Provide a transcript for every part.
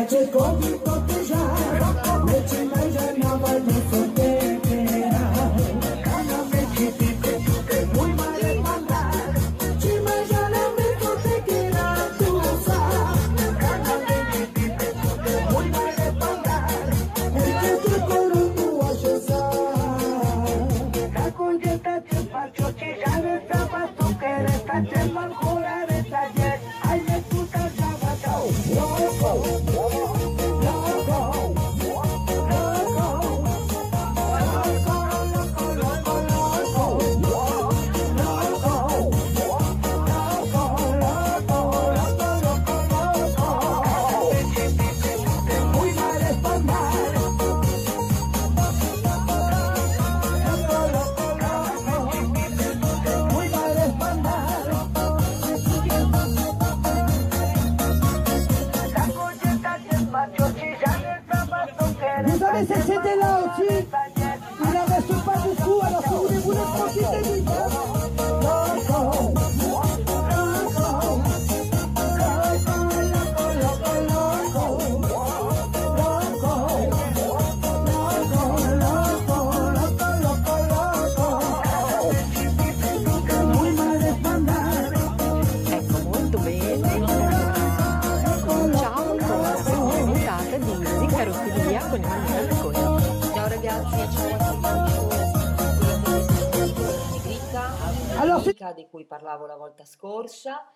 Di cui parlavo la volta scorsa,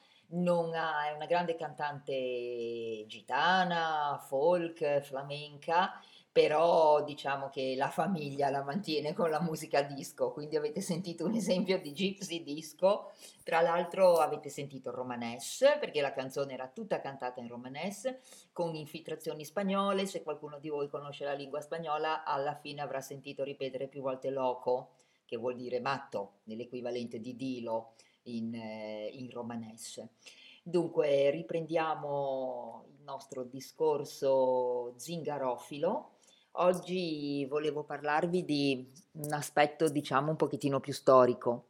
è una grande cantante gitana, folk, flamenca, però diciamo che la famiglia la mantiene con la musica disco, quindi avete sentito un esempio di gypsy disco. Tra l'altro avete sentito il romanès, perché la canzone era tutta cantata in romanès, con infiltrazioni spagnole. Se qualcuno di voi conosce la lingua spagnola, alla fine avrà sentito ripetere più volte loco, che vuol dire matto, nell'equivalente di Dilo in romanès. Dunque, riprendiamo il nostro discorso zingarofilo. Oggi volevo parlarvi di un aspetto, diciamo, un pochettino più storico.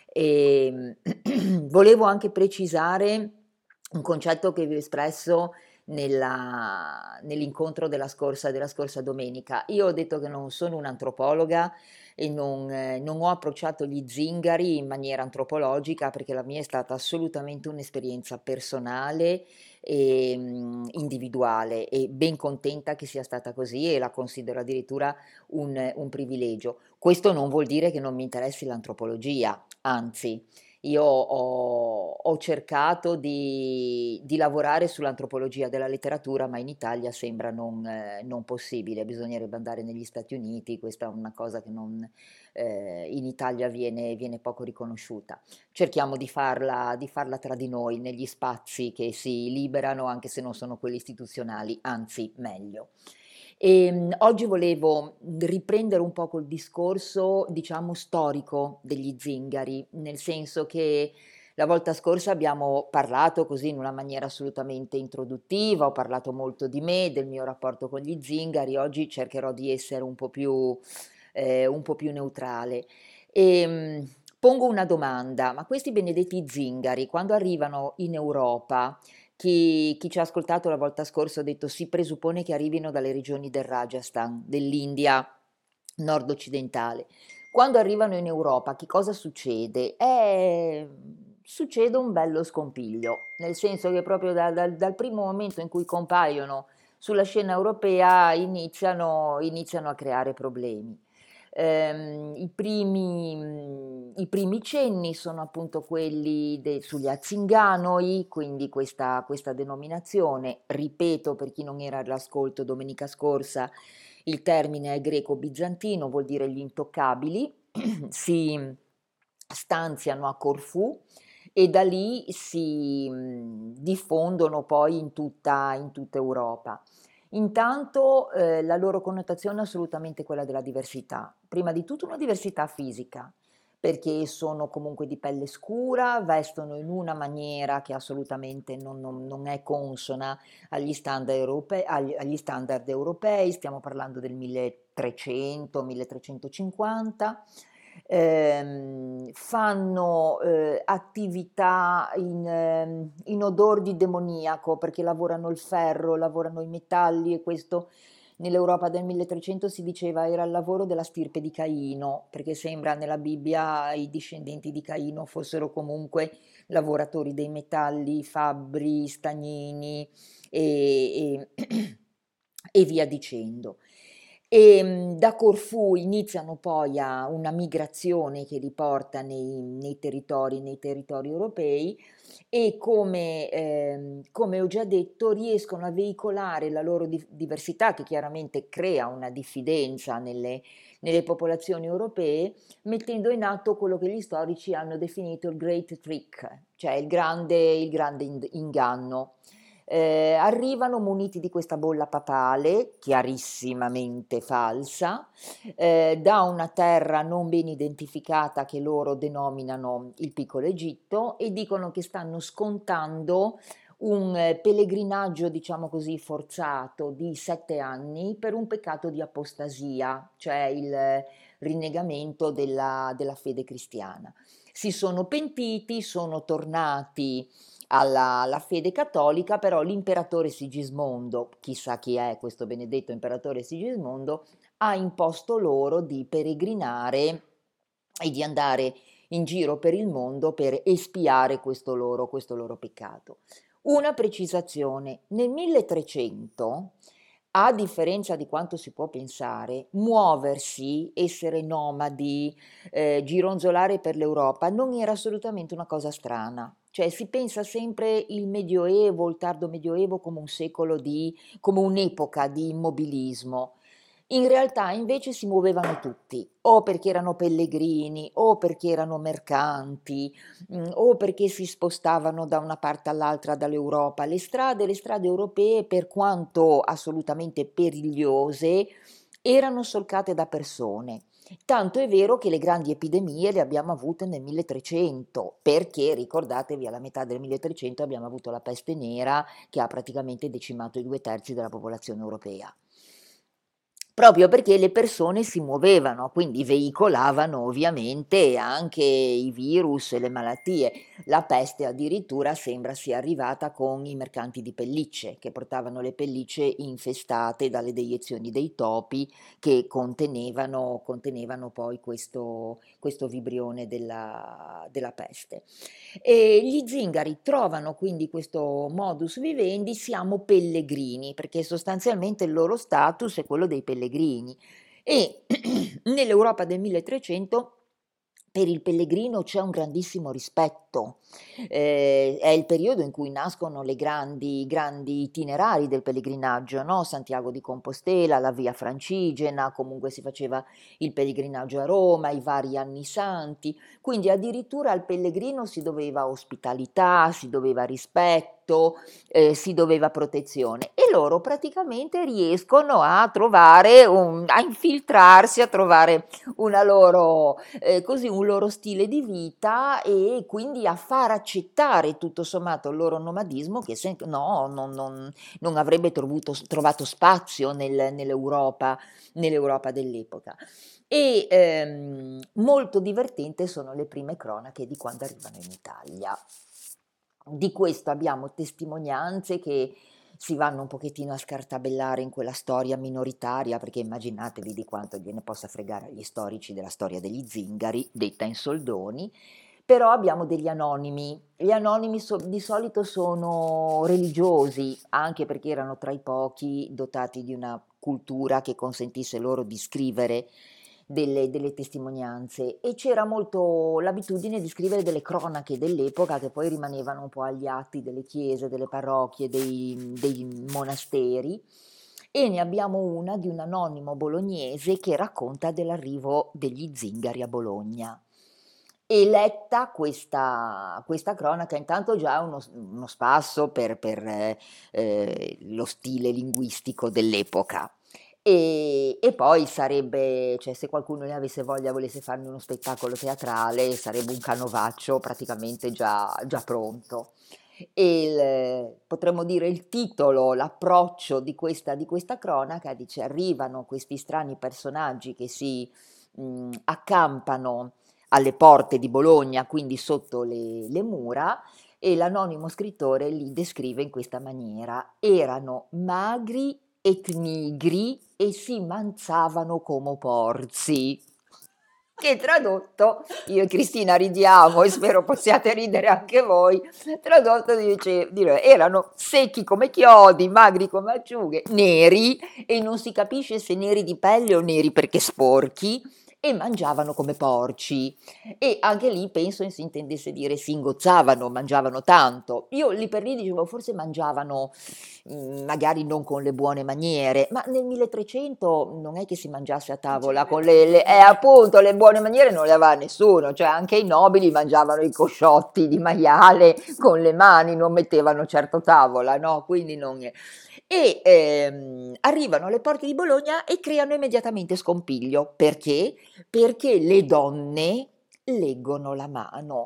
E volevo anche precisare un concetto che vi ho espresso nell'incontro della scorsa domenica. Io ho detto che non sono un'antropologa e non ho approcciato gli zingari in maniera antropologica, perché la mia è stata assolutamente un'esperienza personale e individuale, e ben contenta che sia stata così, e la considero addirittura un privilegio. Questo non vuol dire che non mi interessi l'antropologia, anzi. Io ho cercato di lavorare sull'antropologia della letteratura, ma in Italia sembra non possibile, bisognerebbe andare negli Stati Uniti. Questa è una cosa che in Italia viene poco riconosciuta. Cerchiamo di farla tra di noi, negli spazi che si liberano, anche se non sono quelli istituzionali, anzi meglio. Oggi volevo riprendere un po' col discorso, diciamo, storico degli zingari, nel senso che la volta scorsa abbiamo parlato così in una maniera assolutamente introduttiva, ho parlato molto di me, del mio rapporto con gli zingari. Oggi cercherò di essere un po' più neutrale. Pongo una domanda: ma questi benedetti zingari, quando arrivano in Europa, chi ci ha ascoltato la volta scorsa ha detto si presuppone che arrivino dalle regioni del Rajasthan, dell'India nord-occidentale. Quando arrivano in Europa, che cosa succede? Succede un bello scompiglio, nel senso che proprio dal primo momento in cui compaiono sulla scena europea iniziano a creare problemi. I primi cenni sono appunto quelli sugli Azinganoi, quindi questa denominazione, ripeto per chi non era all'ascolto domenica scorsa, il termine è greco-bizantino, vuol dire gli intoccabili, si stanziano a Corfù e da lì si diffondono poi in tutta Europa. Intanto la loro connotazione è assolutamente quella della diversità, prima di tutto una diversità fisica, perché sono comunque di pelle scura, vestono in una maniera che assolutamente non è consona agli standard europei, stiamo parlando del 1300-1350, fanno attività in odor di demoniaco perché lavorano il ferro, lavorano i metalli, e questo nell'Europa del 1300 si diceva era il lavoro della stirpe di Caino, perché sembra nella Bibbia i discendenti di Caino fossero comunque lavoratori dei metalli, fabbri, stagnini e e via dicendo. Da Corfù iniziano poi a una migrazione che li porta nei territori europei, e come ho già detto riescono a veicolare la loro diversità, che chiaramente crea una diffidenza nelle popolazioni europee, mettendo in atto quello che gli storici hanno definito il great trick, cioè il grande inganno. Arrivano muniti di questa bolla papale, chiarissimamente falsa, da una terra non ben identificata che loro denominano il Piccolo Egitto, e dicono che stanno scontando un pellegrinaggio, diciamo così, forzato di 7 anni per un peccato di apostasia, cioè il rinnegamento della fede cristiana. Si sono pentiti, sono tornati alla fede cattolica, però l'imperatore Sigismondo, chissà chi è questo benedetto imperatore Sigismondo, ha imposto loro di peregrinare e di andare in giro per il mondo per espiare questo loro peccato. Una precisazione: nel 1300, a differenza di quanto si può pensare, muoversi, essere nomadi, gironzolare per l'Europa non era assolutamente una cosa strana. Cioè si pensa sempre il Medioevo, il tardo Medioevo come un secolo come un'epoca di immobilismo. In realtà invece si muovevano tutti, o perché erano pellegrini, o perché erano mercanti, o perché si spostavano da una parte all'altra dall'Europa. Le strade europee, per quanto assolutamente perigliose, erano solcate da persone. Tanto è vero che le grandi epidemie le abbiamo avute nel 1300, perché ricordatevi, alla metà del 1300 abbiamo avuto la peste nera che ha praticamente decimato i 2/3 della popolazione europea. Proprio perché le persone si muovevano, quindi veicolavano ovviamente anche i virus e le malattie. La peste addirittura sembra sia arrivata con i mercanti di pellicce, che portavano le pellicce infestate dalle deiezioni dei topi che contenevano poi questo vibrione della peste. E gli zingari trovano quindi questo modus vivendi: siamo pellegrini, perché sostanzialmente il loro status è quello dei pellegrini. E nell'Europa del 1300 per il pellegrino c'è un grandissimo rispetto. È il periodo in cui nascono le grandi itinerari del pellegrinaggio, no? Santiago di Compostela, la Via Francigena, comunque si faceva il pellegrinaggio a Roma, i vari anni santi. Quindi addirittura al pellegrino si doveva ospitalità, si doveva rispetto, si doveva protezione, e loro praticamente riescono a infiltrarsi, a trovare un loro stile di vita, e quindi a far accettare tutto sommato il loro nomadismo, che se no non avrebbe trovato spazio nell'Europa dell'epoca. E molto divertente sono le prime cronache di quando arrivano in Italia. Di questo abbiamo testimonianze che si vanno un pochettino a scartabellare in quella storia minoritaria, perché immaginatevi di quanto gliene possa fregare agli storici della storia degli zingari, detta in soldoni. Però abbiamo degli anonimi. Gli anonimi di solito sono religiosi, anche perché erano tra i pochi dotati di una cultura che consentisse loro di scrivere delle testimonianze, e c'era molto l'abitudine di scrivere delle cronache dell'epoca che poi rimanevano un po' agli atti delle chiese, delle parrocchie, dei monasteri. E ne abbiamo una di un anonimo bolognese che racconta dell'arrivo degli zingari a Bologna. E letta questa cronaca, intanto già uno spasso per lo stile linguistico dell'epoca. E poi sarebbe, cioè, se qualcuno ne avesse voglia, volesse farmi uno spettacolo teatrale, sarebbe un canovaccio praticamente già pronto. Potremmo dire il titolo, l'approccio di questa cronaca dice: arrivano questi strani personaggi che si accampano alle porte di Bologna, quindi sotto le mura, e l'anonimo scrittore li descrive in questa maniera: erano magri e nigri e si mangiavano come porci. Che tradotto, io e Cristina ridiamo e spero possiate ridere anche voi, tradotto erano secchi come chiodi, magri come acciughe, neri, e non si capisce se neri di pelle o neri perché sporchi, e mangiavano come porci. E anche lì penso si intendesse dire si ingozzavano, mangiavano tanto. Io lì per lì dicevo forse mangiavano magari non con le buone maniere, ma nel 1300 non è che si mangiasse a tavola con appunto le buone maniere non le aveva nessuno, cioè anche i nobili mangiavano i cosciotti di maiale con le mani, non mettevano certo tavola, no? Quindi non è. E arrivano alle porte di Bologna e creano immediatamente scompiglio. Perché? Perché le donne leggono la mano.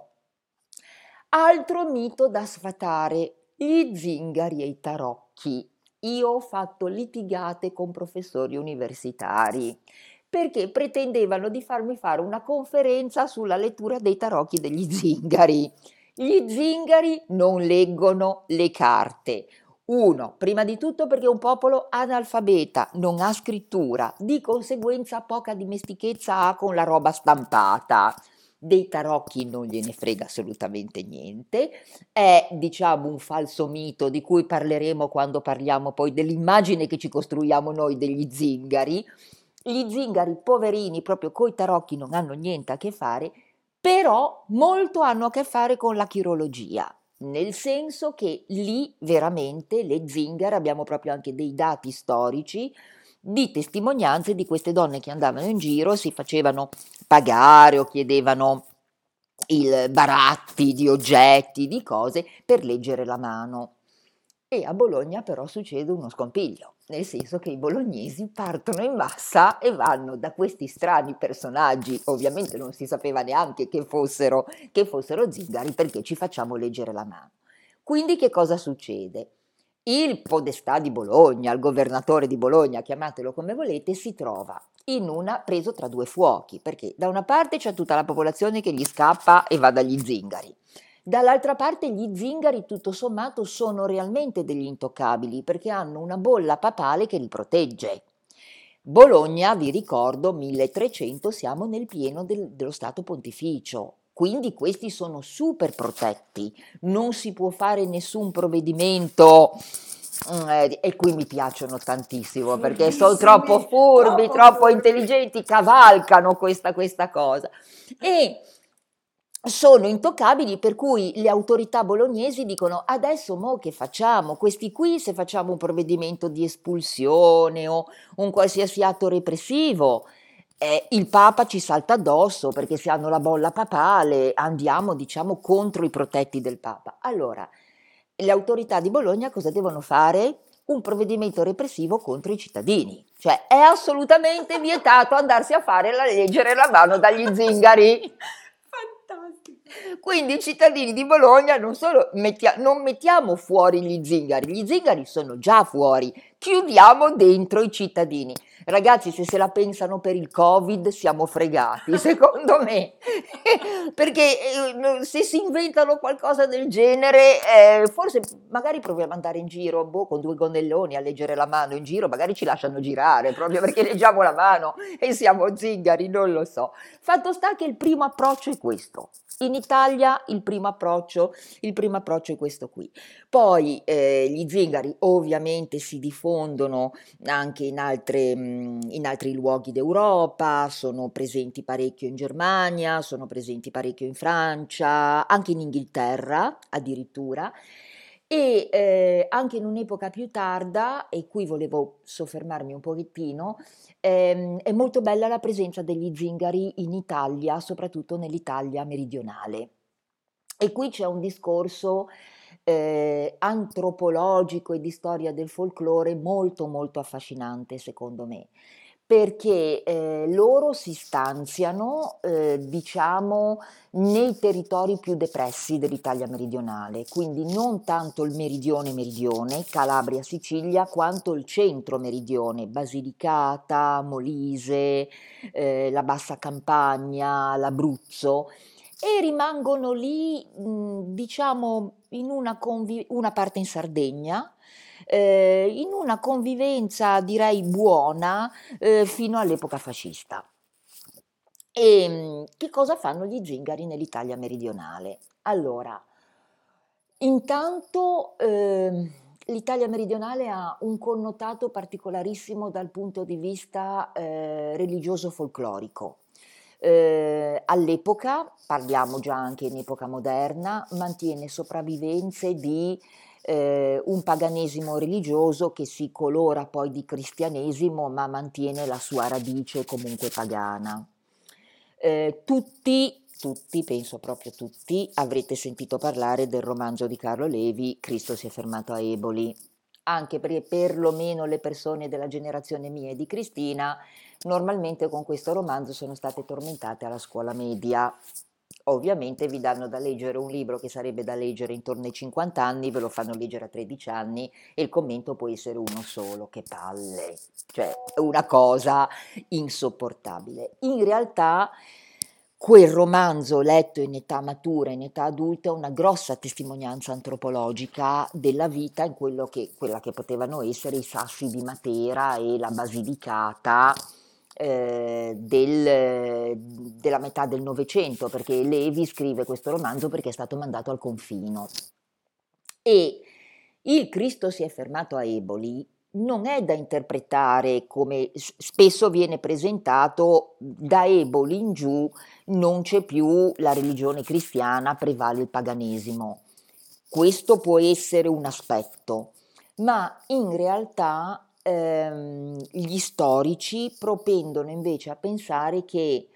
Altro mito da sfatare: gli zingari e i tarocchi. Io ho fatto litigate con professori universitari perché pretendevano di farmi fare una conferenza sulla lettura dei tarocchi degli zingari. Gli zingari non leggono le carte. Uno, prima di tutto perché è un popolo analfabeta, non ha scrittura, di conseguenza poca dimestichezza ha con la roba stampata. Dei tarocchi non gliene frega assolutamente niente, è diciamo un falso mito di cui parleremo quando parliamo poi dell'immagine che ci costruiamo noi degli zingari. Gli zingari poverini proprio coi tarocchi non hanno niente a che fare, però molto hanno a che fare con la chirologia, nel senso che lì veramente le zingare abbiamo proprio anche dei dati storici di testimonianze di queste donne che andavano in giro, si facevano pagare o chiedevano il baratti di oggetti, di cose per leggere la mano. E a Bologna però succede uno scompiglio, nel senso che i bolognesi partono in massa e vanno da questi strani personaggi, ovviamente non si sapeva neanche che fossero zingari, perché ci facciamo leggere la mano. Quindi che cosa succede? Il podestà di Bologna, il governatore di Bologna, chiamatelo come volete, si trova preso tra due fuochi, perché da una parte c'è tutta la popolazione che gli scappa e va dagli zingari, dall'altra parte gli zingari tutto sommato sono realmente degli intoccabili perché hanno una bolla papale che li protegge. Bologna, vi ricordo, 1300, siamo nel pieno dello Stato Pontificio, quindi questi sono super protetti, non si può fare nessun provvedimento. E qui mi piacciono tantissimo perché sono troppo furbi, troppo intelligenti, cavalcano questa cosa. E sono intoccabili, per cui le autorità bolognesi dicono adesso mo che facciamo? Questi qui, se facciamo un provvedimento di espulsione o un qualsiasi atto repressivo, il Papa ci salta addosso perché se hanno la bolla papale andiamo diciamo contro i protetti del Papa. Allora, le autorità di Bologna cosa devono fare? Un provvedimento repressivo contro i cittadini, cioè è assolutamente vietato andarsi a fare leggere la mano dagli zingari. Fantastico. Quindi i cittadini di Bologna non solo non mettiamo fuori gli zingari sono già fuori, chiudiamo dentro i cittadini. Ragazzi, se la pensano per il Covid siamo fregati, secondo me, perché se si inventano qualcosa del genere, forse magari proviamo ad andare in giro con due gonnelloni a leggere la mano in giro, magari ci lasciano girare proprio perché leggiamo la mano e siamo zingari, non lo so. Fatto sta che il primo approccio è questo. In Italia il primo approccio è questo qui. Poi gli zingari ovviamente si diffondono anche in altri luoghi d'Europa, sono presenti parecchio in Germania, sono presenti parecchio in Francia, anche in Inghilterra addirittura. E anche in un'epoca più tarda, e qui volevo soffermarmi un pochettino, è molto bella la presenza degli zingari in Italia, soprattutto nell'Italia meridionale. E qui c'è un discorso antropologico e di storia del folklore molto molto affascinante secondo me, perché loro si stanziano, diciamo, nei territori più depressi dell'Italia meridionale, quindi non tanto il meridione, Calabria, Sicilia, quanto il centro meridione, Basilicata, Molise, la Bassa Campagna, l'Abruzzo, e rimangono lì, diciamo, in una parte in Sardegna, in una convivenza direi buona, fino all'epoca fascista. Che cosa fanno gli zingari nell'Italia meridionale? Allora, intanto l'Italia meridionale ha un connotato particolarissimo dal punto di vista religioso folclorico. All'epoca, parliamo già anche in epoca moderna, mantiene sopravvivenze di un paganesimo religioso che si colora poi di cristianesimo, ma mantiene la sua radice comunque pagana. Tutti, penso proprio tutti, avrete sentito parlare del romanzo di Carlo Levi, Cristo si è fermato a Eboli, anche perché perlomeno le persone della generazione mia e di Cristina normalmente con questo romanzo sono state tormentate alla scuola media. Ovviamente vi danno da leggere un libro che sarebbe da leggere intorno ai 50 anni, ve lo fanno leggere a 13 anni e il commento può essere uno solo, che palle, cioè una cosa insopportabile. In realtà quel romanzo letto in età matura, in età adulta, è una grossa testimonianza antropologica della vita in quella che potevano essere i Sassi di Matera e la Basilicata della metà del Novecento, perché Levi scrive questo romanzo perché è stato mandato al confino. E il Cristo si è fermato a Eboli non è da interpretare come spesso viene presentato da Eboli in giù, non c'è più la religione cristiana, prevale il paganesimo. Questo può essere un aspetto, ma in realtà gli storici propendono invece a pensare che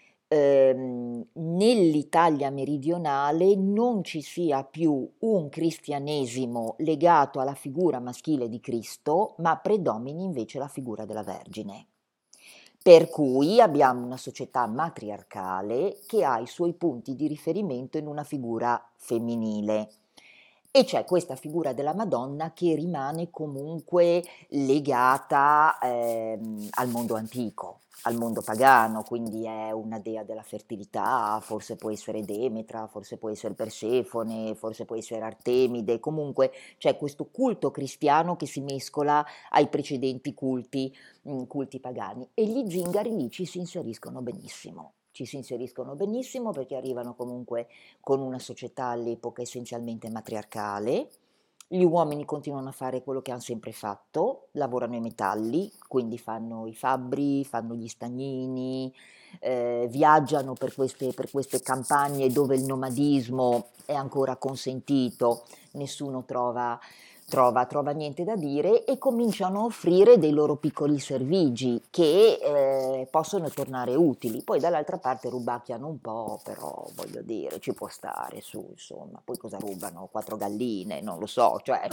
nell'Italia meridionale non ci sia più un cristianesimo legato alla figura maschile di Cristo, ma predomini invece la figura della Vergine. Per cui abbiamo una società matriarcale che ha i suoi punti di riferimento in una figura femminile. E c'è questa figura della Madonna che rimane comunque legata al mondo antico, al mondo pagano, quindi è una dea della fertilità, forse può essere Demetra, forse può essere Persefone, forse può essere Artemide, comunque c'è questo culto cristiano che si mescola ai precedenti culti pagani e gli zingari lì ci si inseriscono benissimo perché arrivano comunque con una società all'epoca essenzialmente matriarcale. Gli uomini continuano a fare quello che hanno sempre fatto, lavorano i metalli, quindi fanno i fabbri, fanno gli stagnini, viaggiano per queste campagne dove il nomadismo è ancora consentito, nessuno trova niente da dire e cominciano a offrire dei loro piccoli servigi che possono tornare utili. Poi dall'altra parte rubacchiano un po', però voglio dire, ci può stare su, insomma. Poi cosa rubano? 4 galline, non lo so, cioè...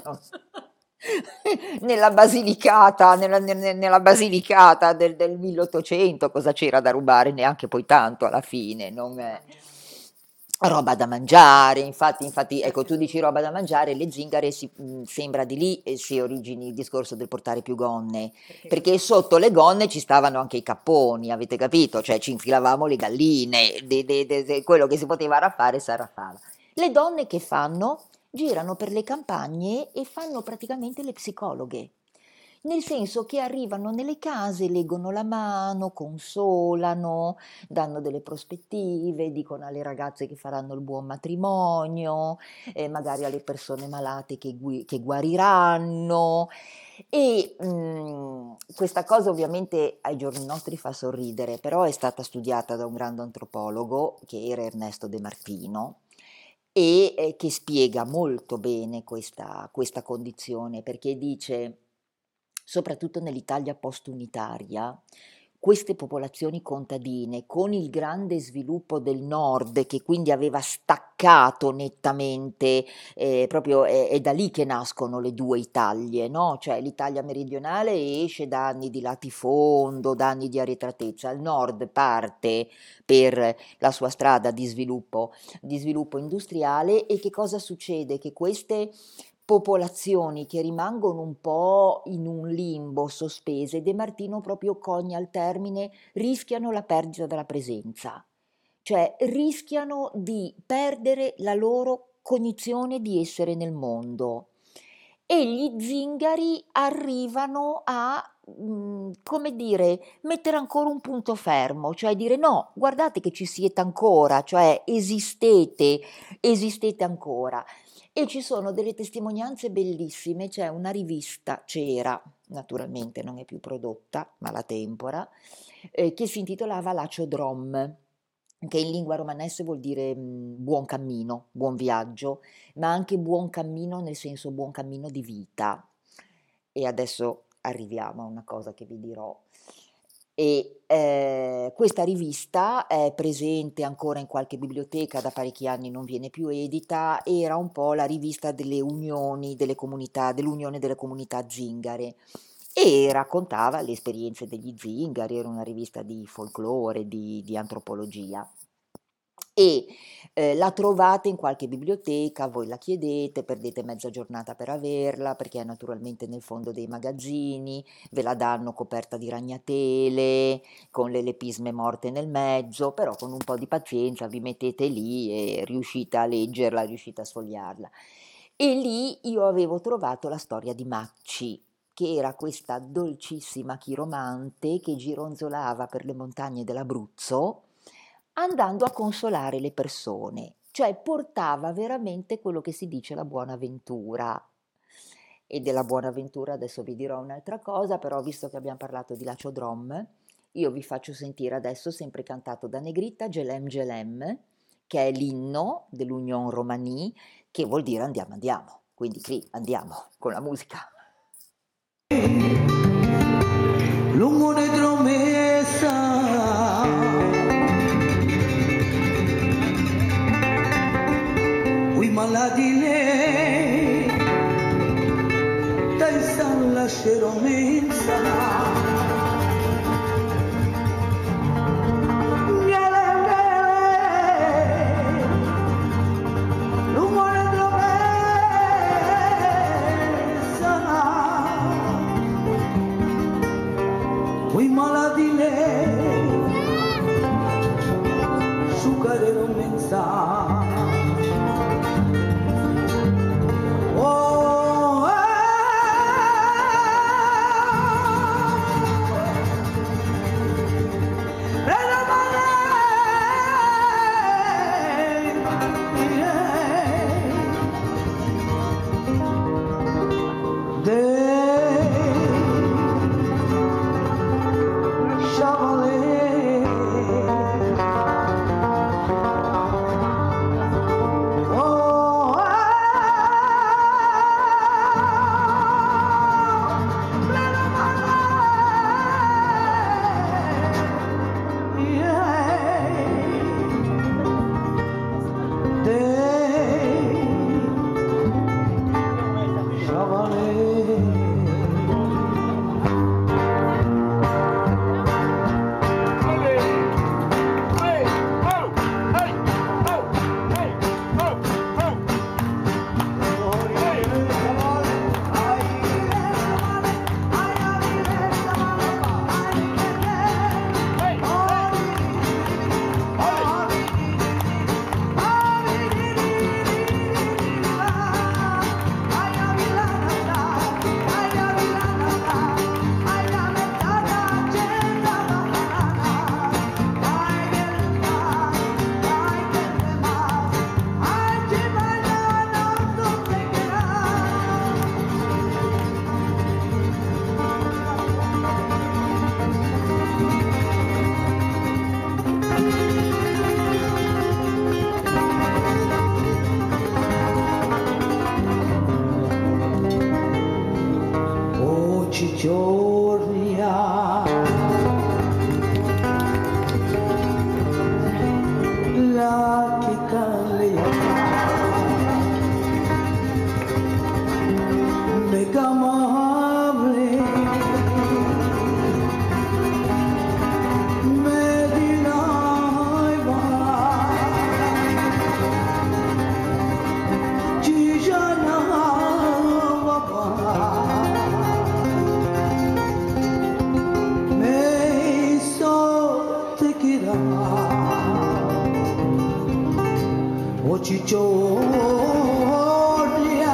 nella Basilicata del 1800 cosa c'era da rubare? Neanche poi tanto alla fine, non è... Roba da mangiare, infatti, ecco, tu dici roba da mangiare, le zingare sembra di lì si origini il discorso del portare più gonne, perché sotto le gonne ci stavano anche i capponi, avete capito? Cioè ci infilavamo le galline, quello che si poteva raffare si arraffava. Le donne che fanno? Girano per le campagne e fanno praticamente le psicologhe. Nel senso che arrivano nelle case, leggono la mano, consolano, danno delle prospettive, dicono alle ragazze che faranno il buon matrimonio, magari alle persone malate che guariranno. E questa cosa ovviamente ai giorni nostri fa sorridere, però è stata studiata da un grande antropologo che era Ernesto De Martino e che spiega molto bene questa condizione, perché dice, soprattutto nell'Italia post-unitaria, queste popolazioni contadine, con il grande sviluppo del nord, che quindi aveva distaccato nettamente, proprio è da lì che nascono le due Italie, no? Cioè l'Italia meridionale esce da anni di latifondo, da anni di arretratezza, il nord parte per la sua strada di sviluppo industriale. E che cosa succede? Che queste popolazioni che rimangono un po' in un limbo sospese, De Martino proprio cogna il termine, rischiano la perdita della presenza, cioè rischiano di perdere la loro cognizione di essere nel mondo. E gli zingari arrivano a, come dire, mettere ancora un punto fermo, cioè dire no, guardate che ci siete ancora, cioè esistete ancora. E ci sono delle testimonianze bellissime, c'era, naturalmente non è più prodotta, ma la tempora, che si intitolava Lacio Drom, che in lingua romanese vuol dire buon cammino, buon viaggio, ma anche buon cammino nel senso buon cammino di vita. E adesso arriviamo a una cosa che vi dirò. E questa rivista è presente ancora in qualche biblioteca, da parecchi anni non viene più edita, era un po' la rivista delle unioni delle comunità, dell'Unione delle Comunità Zingare, e raccontava le esperienze degli zingari, era una rivista di folklore, di antropologia. E la trovate in qualche biblioteca, voi la chiedete, perdete mezza giornata per averla, perché è naturalmente nel fondo dei magazzini, ve la danno coperta di ragnatele, con le lepisme morte nel mezzo, però con un po' di pazienza vi mettete lì e riuscite a leggerla, riuscite a sfogliarla. E lì io avevo trovato la storia di Macci, che era questa dolcissima chiromante che gironzolava per le montagne dell'Abruzzo, andando a consolare le persone, cioè portava veramente quello che si dice la buona ventura. E della buona ventura adesso vi dirò un'altra cosa, però visto che abbiamo parlato di Lacio Drom, io vi faccio sentire adesso, sempre cantato da Negrita, Gelem Gelem, che è l'inno dell'Union Romani, che vuol dire andiamo, andiamo. Quindi qui andiamo con la musica. Lungo de promesa, ui maladine, dai san lascerò mensa. La che amable, Medina Chijana Baba, me so te kira, o chichoria.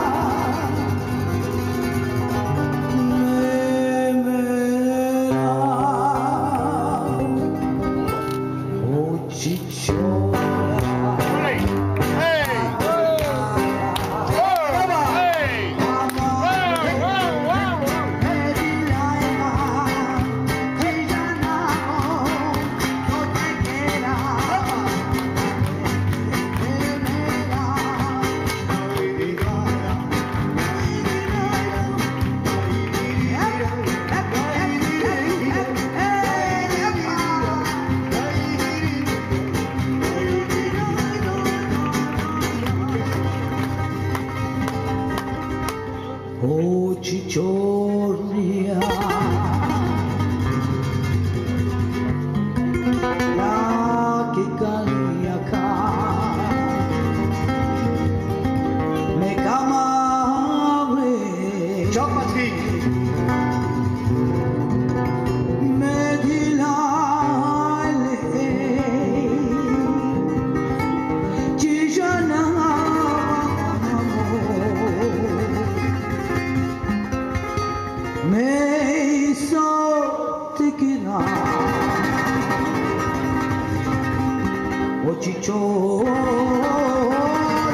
Oh Cicciornia, la che caliaca, me camave, me di me so tikina o chichoria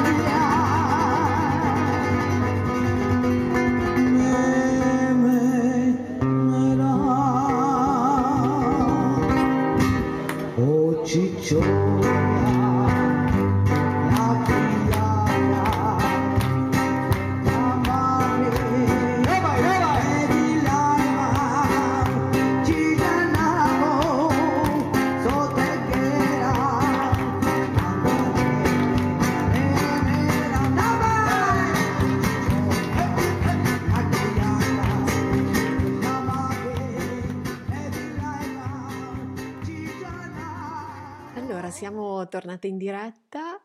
me ra o chichoria Allora, siamo tornate in diretta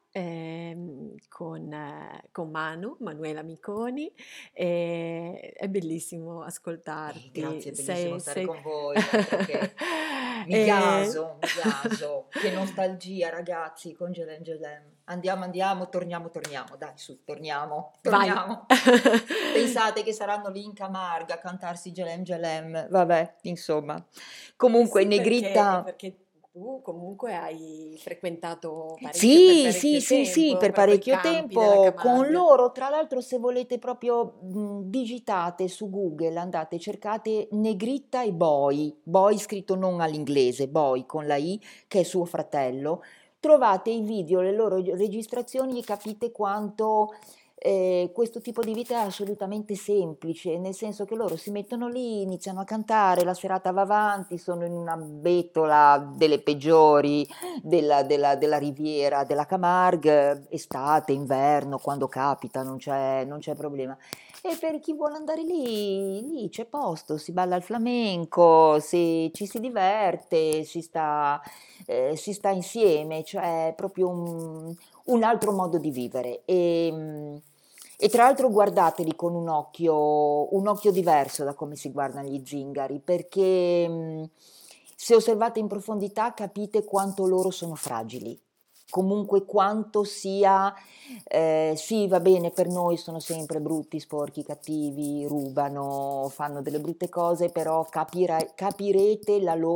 con Manuela Miconi, e è bellissimo ascoltarti. Grazie, è bellissimo stare con voi, mi Eh, gaso, che nostalgia ragazzi con Gelem Gelem. Andiamo, torniamo, dai su, torniamo. Vai. Pensate che saranno lì in Camarga a cantarsi Gelem Gelem, vabbè, insomma. Comunque Sì, Negrita... perché tu comunque hai frequentato parecchio Sì, per proprio i parecchio campi della tempo con Camarga. loro. Tra l'altro, se volete proprio digitate su Google, andate, cercate Negrita e Boy scritto non all'inglese, Boy con la I, che è suo fratello. Trovate i video, le loro registrazioni e capite quanto questo tipo di vita è assolutamente semplice, nel senso che loro si mettono lì, iniziano a cantare, la serata va avanti, sono in una bettola delle peggiori della riviera della Camargue, estate, inverno, quando capita, non c'è problema. E per chi vuole andare lì c'è posto, si balla il flamenco, ci si diverte, si sta insieme, cioè è proprio un altro modo di vivere. E tra l'altro guardateli con un occhio diverso da come si guardano gli zingari, perché se osservate in profondità capite quanto loro sono fragili. Comunque quanto sia, sì va bene, per noi sono sempre brutti, sporchi, cattivi, rubano, fanno delle brutte cose, però capirete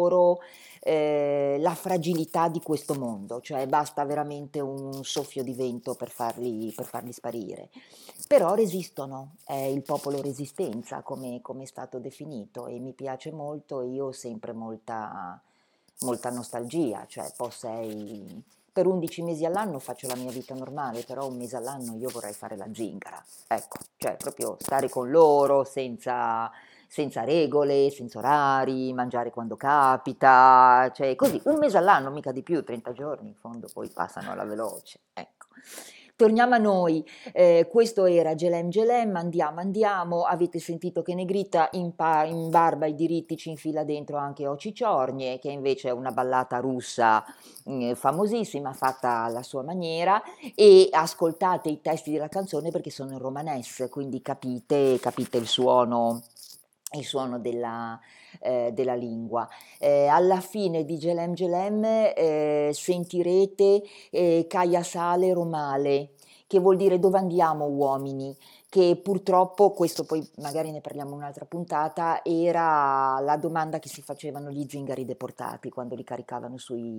la fragilità di questo mondo, cioè basta veramente un soffio di vento per farli sparire. Però resistono, è il popolo resistenza come è stato definito e mi piace molto, e io ho sempre molta nostalgia, cioè per 11 mesi all'anno faccio la mia vita normale, però un mese all'anno io vorrei fare la zingara, ecco, cioè proprio stare con loro senza regole, senza orari, mangiare quando capita, cioè così, un mese all'anno, mica di più, 30 giorni in fondo poi passano alla veloce, ecco. Torniamo a noi, questo era Gelem Gelem, andiamo, avete sentito che Negrita in barba ai diritti ci infila dentro anche O Cicciornie, che invece è una ballata russa famosissima, fatta alla sua maniera, e ascoltate i testi della canzone perché sono in romanes, quindi capite il suono della lingua. Alla fine di Gelem Gelem sentirete Caia Sale Romale, che vuol dire dove andiamo uomini, che purtroppo, questo poi magari ne parliamo un'altra puntata, era la domanda che si facevano gli zingari deportati quando li caricavano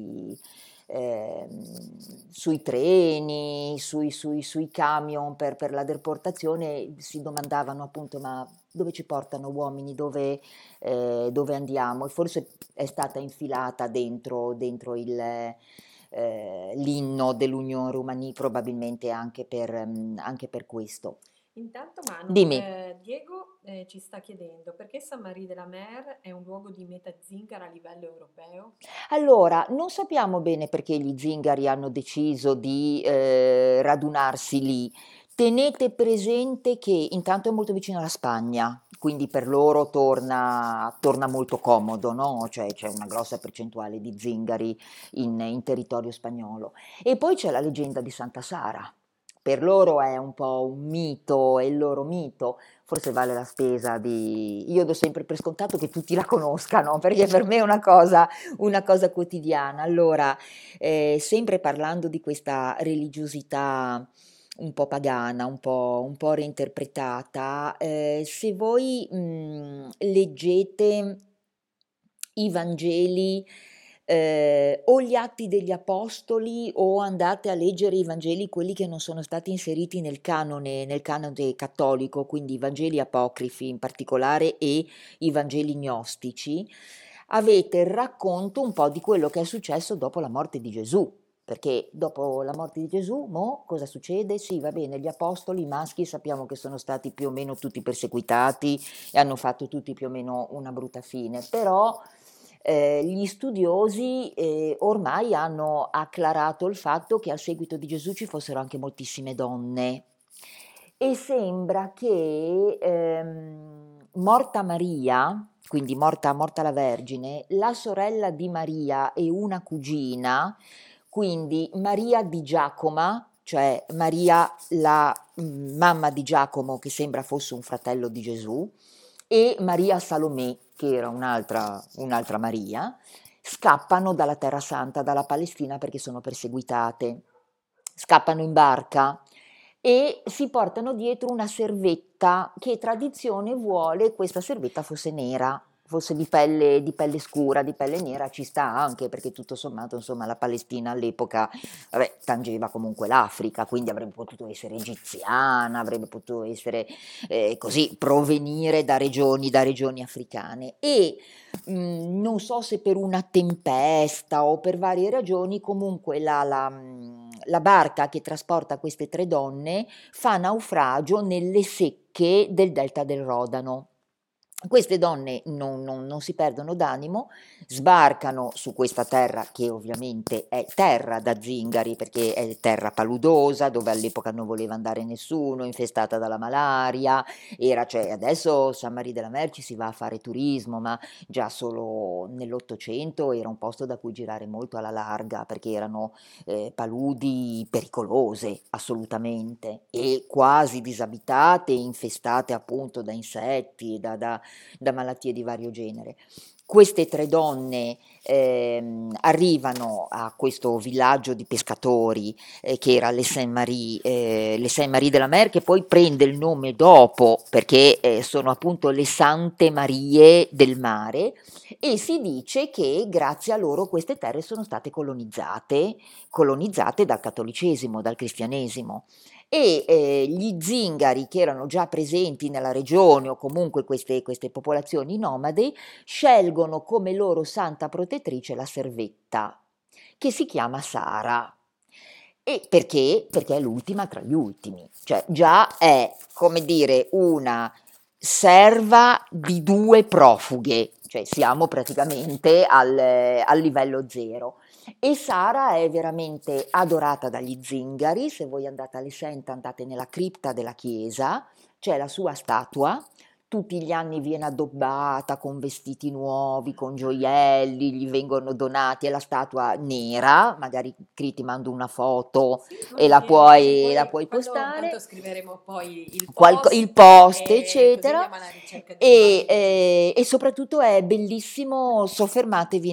sui treni, sui camion per la deportazione, si domandavano appunto ma dove ci portano uomini, dove andiamo? E forse è stata infilata dentro l'inno dell'Unione Romani, probabilmente anche per questo. Intanto Manu, Dimmi. Diego ci sta chiedendo perché Saint-Marie de la Mer è un luogo di meta zingara a livello europeo? Allora, non sappiamo bene perché gli zingari hanno deciso di radunarsi lì. Tenete presente che intanto è molto vicino alla Spagna, quindi per loro torna molto comodo, no? Cioè c'è una grossa percentuale di zingari in territorio spagnolo. E poi c'è la leggenda di Santa Sara. Per loro è un po' un mito, è il loro mito. Forse vale la spesa di... Io do sempre per scontato che tutti la conoscano, perché per me è una cosa quotidiana. Allora, sempre parlando di questa religiosità un po' pagana, un po' reinterpretata, se voi leggete i Vangeli o gli Atti degli Apostoli o andate a leggere i Vangeli, quelli che non sono stati inseriti nel canone cattolico, quindi i Vangeli apocrifi in particolare e i Vangeli gnostici, avete il racconto un po' di quello che è successo dopo la morte di Gesù. Perché dopo la morte di Gesù, cosa succede? Sì, va bene, gli apostoli maschi sappiamo che sono stati più o meno tutti perseguitati e hanno fatto tutti più o meno una brutta fine, però gli studiosi ormai hanno acclarato il fatto che al seguito di Gesù ci fossero anche moltissime donne e sembra che morta Maria, quindi morta la Vergine, la sorella di Maria e una cugina, quindi Maria di Giacoma, cioè Maria la mamma di Giacomo che sembra fosse un fratello di Gesù, e Maria Salomè, che era un'altra Maria, scappano dalla Terra Santa, dalla Palestina perché sono perseguitate. Scappano in barca e si portano dietro una servetta che tradizione vuole questa servetta fosse nera, fosse di pelle scura, di pelle nera, ci sta anche perché tutto sommato insomma la Palestina all'epoca tangeva comunque l'Africa, quindi avrebbe potuto essere egiziana, avrebbe potuto essere così, provenire da regioni africane e non so se per una tempesta o per varie ragioni, comunque la barca che trasporta queste tre donne fa naufragio nelle secche del delta del Rodano. Queste donne non si perdono d'animo, sbarcano su questa terra che ovviamente è terra da zingari perché è terra paludosa dove all'epoca non voleva andare nessuno, infestata dalla malaria, cioè adesso San Maria della Mer ci si va a fare turismo, ma già solo nell'Ottocento era un posto da cui girare molto alla larga perché erano paludi pericolose assolutamente e quasi disabitate, infestate appunto da insetti, da malattie di vario genere. Queste tre donne arrivano a questo villaggio di pescatori che era les Saint-Marie de la Mer, che poi prende il nome dopo perché sono appunto le Sante Marie del mare e si dice che grazie a loro queste terre sono state colonizzate dal cattolicesimo, dal cristianesimo e gli zingari che erano già presenti nella regione o comunque queste popolazioni nomadi scelgono come loro santa protettrice la servetta che si chiama Sara. E perché? Perché è l'ultima tra gli ultimi, cioè già è come dire una serva di due profughe, cioè siamo praticamente al livello zero. E Sara è veramente adorata dagli zingari. Se voi andate alle Sente, andate nella cripta della chiesa, c'è la sua statua. Tutti gli anni viene addobbata con vestiti nuovi, con gioielli, gli vengono donati. È la statua nera, magari Cri ti mando una foto Sì, e la volentieri, così la poi puoi quando tanto postare, scriveremo poi il post, e così eccetera. andiamo alla ricerca di immagini. E soprattutto è bellissimo, soffermatevi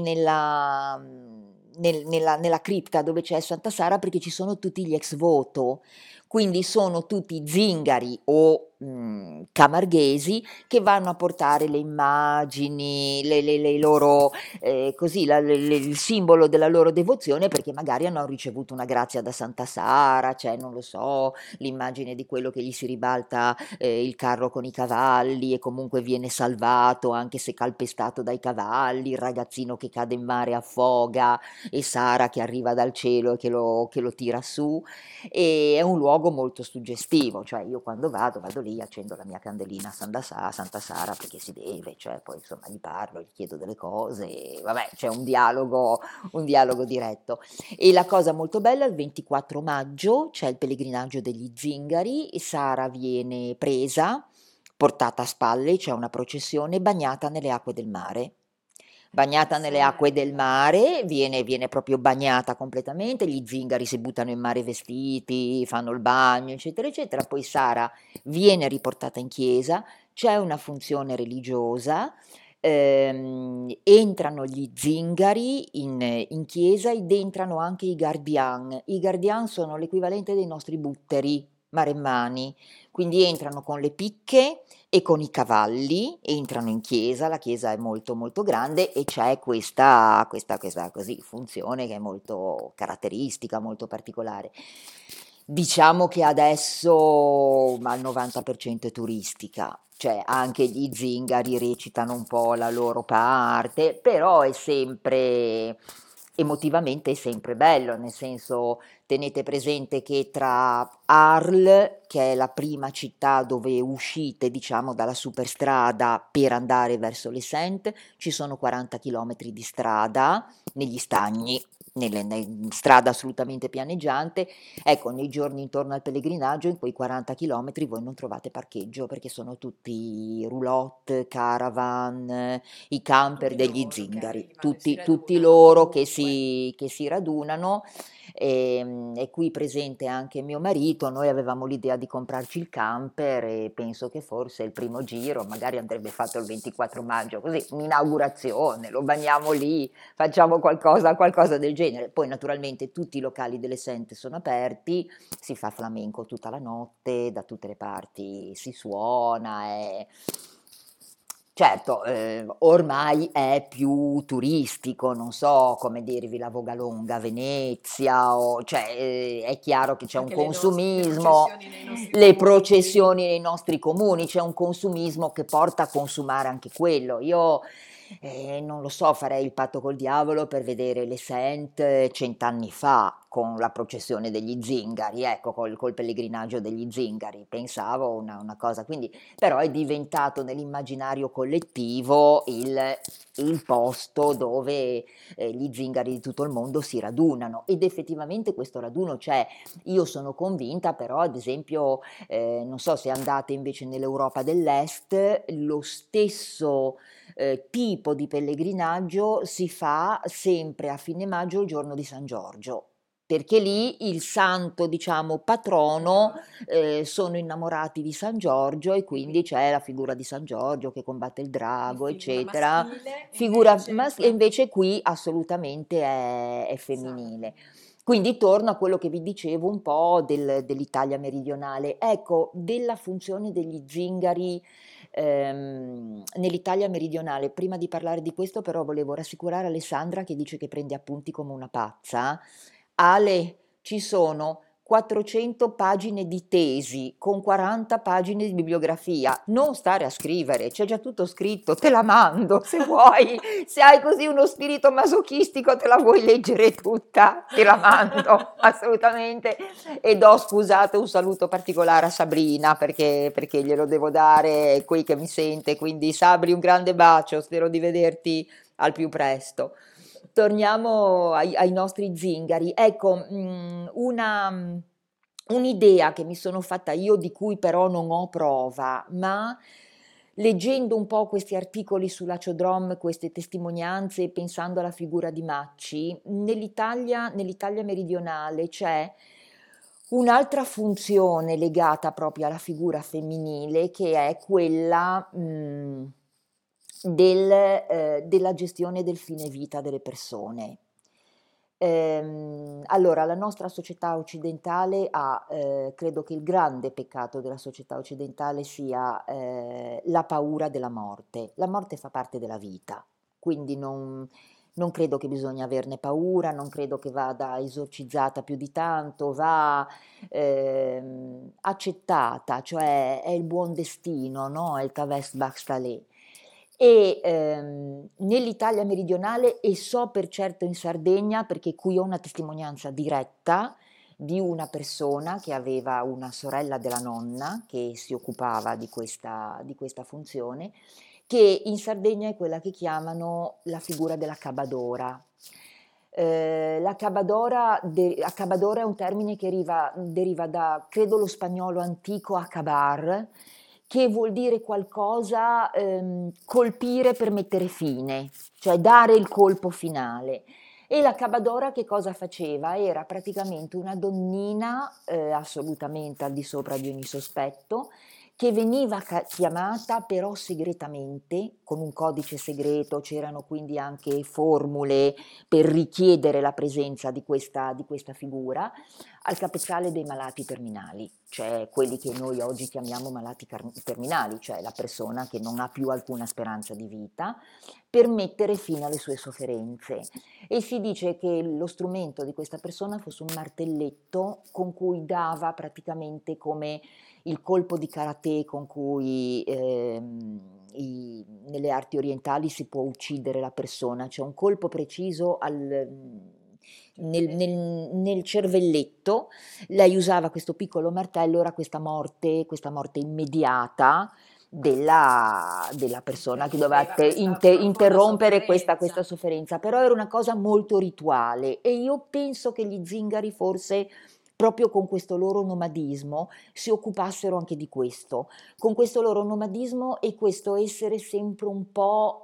nella cripta dove c'è Santa Sara perché ci sono tutti gli ex voto, quindi sono tutti zingari o camarghesi che vanno a portare le immagini, le loro, così, il simbolo della loro devozione perché magari hanno ricevuto una grazia da Santa Sara, cioè non lo so, l'immagine di quello che gli si ribalta il carro con i cavalli e comunque viene salvato anche se calpestato dai cavalli, il ragazzino che cade in mare affoga e Sara che arriva dal cielo e che lo tira su. E è un luogo molto suggestivo, cioè io quando vado lì, accendo la mia candelina a Santa Sara perché si deve, cioè poi insomma gli parlo, gli chiedo delle cose, e vabbè c'è un dialogo diretto. E la cosa molto bella, il 24 maggio c'è il pellegrinaggio degli zingari e Sara viene presa, portata a spalle, c'è una processione bagnata nelle acque del mare. Bagnata nelle acque del Stupenda. mare, viene proprio bagnata completamente, gli zingari si buttano in mare vestiti, fanno il bagno, eccetera, eccetera. Poi Sara viene riportata in chiesa, c'è una funzione religiosa, entrano gli zingari in chiesa ed entrano anche i guardian. I guardian sono l'equivalente dei nostri butteri maremmani, quindi entrano con le picche e con i cavalli, entrano in chiesa, la chiesa è molto molto grande e c'è questa così, funzione che è molto caratteristica, molto particolare. Diciamo che adesso ma il 90% è turistica, cioè anche gli zingari recitano un po' la loro parte, però è sempre emotivamente è sempre bello, nel senso tenete presente che tra Arles, che è la prima città dove uscite, diciamo, dalla superstrada per andare verso le Saintes, ci sono 40 chilometri di strada negli stagni, strada assolutamente pianeggiante. Ecco, nei giorni intorno al pellegrinaggio, in quei 40 chilometri, voi non trovate parcheggio perché sono tutti roulotte, caravan, i camper Tutti degli loro che zingari, arrivano e si tutti radunano loro ovunque. che si radunano. E qui presente anche mio marito, noi avevamo l'idea di comprarci il camper e penso che forse il primo giro magari andrebbe fatto il 24 maggio, così un'inaugurazione, lo bagniamo lì, facciamo qualcosa del genere. Poi naturalmente tutti i locali delle Sente sono aperti, si fa flamenco tutta la notte, da tutte le parti si suona. Certo, ormai è più turistico, non so come dirvi, la Vogalonga, Venezia, cioè è chiaro che c'è un Anche le consumismo, processioni nei nostri le comuni. processioni nei nostri comuni, c'è un consumismo che porta a consumare anche quello. Io non lo so, farei il patto col diavolo per vedere le Saint 100 anni fa con la processione degli zingari, ecco, col pellegrinaggio degli zingari, pensavo una cosa, quindi però è diventato nell'immaginario collettivo il posto dove gli zingari di tutto il mondo si radunano ed effettivamente questo raduno c'è. Io sono convinta però, ad esempio, non so se andate invece nell'Europa dell'Est, lo stesso tipo di pellegrinaggio si fa sempre a fine maggio il giorno di San Giorgio. Perché lì il santo, diciamo, patrono Patrono. sono innamorati di San Giorgio e quindi Quindi c'è la figura di San Giorgio che combatte il di drago, figura eccetera. maschile, e Figura invece e qua invece qui assolutamente è sarà femminile. femminile. Quindi torno a quello che vi dicevo un po' dell'Italia meridionale. Ecco, della funzione degli zingari nell'Italia meridionale. Prima di parlare di questo, però, volevo rassicurare Alessandra che dice che prende appunti come una pazza. Ale, ci sono 400 pagine di tesi con 40 pagine di bibliografia. Non stare a scrivere, c'è già tutto scritto, te la mando se vuoi. Se hai così uno spirito masochistico, te la vuoi leggere tutta, te la mando assolutamente. E do, scusate, un saluto particolare a Sabrina perché glielo devo dare, è qui che mi sente. Quindi, Sabri, un grande bacio, spero di vederti al più presto. torniamo ai nostri zingari. Ecco, un'idea che mi sono fatta io, di cui però non ho prova, ma leggendo un po' questi articoli sull'Aciodrom, queste testimonianze, e pensando alla figura di Macci, nell'Italia meridionale c'è un'altra funzione legata proprio alla figura femminile, che è quella della gestione del fine vita delle persone. Allora, la nostra società occidentale ha, credo che il grande peccato della società occidentale sia la paura della morte. La morte fa parte della vita, quindi non credo che bisogna averne paura, non credo che vada esorcizzata più di tanto, va accettata, cioè è il buon destino, no? È il Tavest Bakstalé. E nell'Italia meridionale, e so per certo in Sardegna, perché qui ho una testimonianza diretta di una persona che aveva una sorella della nonna che si occupava di questa funzione, che in Sardegna è quella che chiamano la figura della cabadora. Acabadora è un termine che deriva da, credo, lo spagnolo antico acabar, che vuol dire qualcosa, colpire per mettere fine, cioè dare il colpo finale. E la Cabadora che cosa faceva? Era praticamente una donnina, assolutamente al di sopra di ogni sospetto, che veniva chiamata però segretamente, con un codice segreto. C'erano quindi anche formule per richiedere la presenza di questa figura, al capezzale dei malati terminali, cioè quelli che noi oggi chiamiamo malati terminali, cioè la persona che non ha più alcuna speranza di vita, per mettere fine alle sue sofferenze. E si dice che lo strumento di questa persona fosse un martelletto con cui dava praticamente come il colpo di karate con cui nelle arti orientali si può uccidere la persona, cioè un colpo preciso nel cervelletto. Lei usava questo piccolo martello, era questa morte immediata della persona che doveva interrompere questa sofferenza, però era una cosa molto rituale, e io penso che gli zingari forse proprio con questo loro nomadismo si occupassero anche di questo, con questo loro nomadismo e questo essere sempre un po'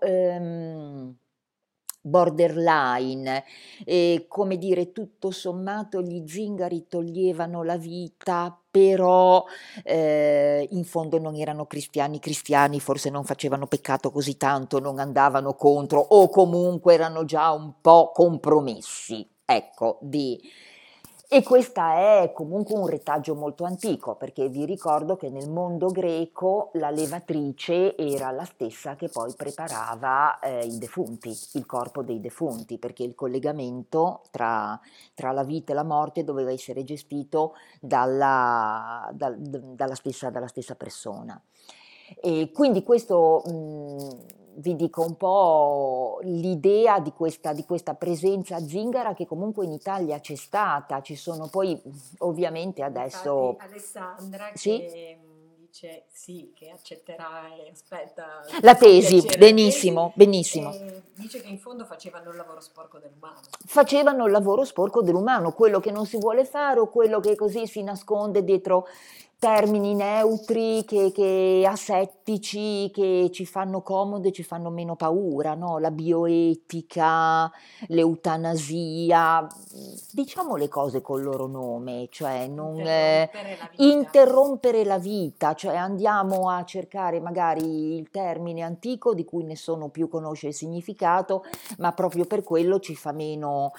borderline, come dire, tutto sommato gli zingari toglievano la vita, però in fondo non erano cristiani, forse non facevano peccato così tanto, non andavano contro, o comunque erano già un po' compromessi, ecco, E questa è comunque un retaggio molto antico, perché vi ricordo che nel mondo greco la levatrice era la stessa che poi preparava i defunti, il corpo dei defunti, perché il collegamento tra la vita e la morte doveva essere gestito dalla stessa persona. E quindi questo, vi dico un po' l'idea di questa presenza zingara, che comunque in Italia c'è stata. Ci sono poi ovviamente adesso... Infatti Alessandra Sì? che dice sì, che accetterà e aspetta La con tesi, piacere benissimo, benissimo. e dice che in fondo facevano il lavoro sporco dell'umano. Facevano il lavoro sporco dell'umano, quello che non si vuole fare, o quello che così si nasconde dietro termini neutri, che asettici, che ci fanno comodo e ci fanno meno paura, no? La bioetica, l'eutanasia, diciamo le cose col loro nome, cioè non Interrompere la vita. interrompere la vita, cioè andiamo a cercare magari il termine antico di cui nessuno più conosce il significato, ma proprio per quello ci fa meno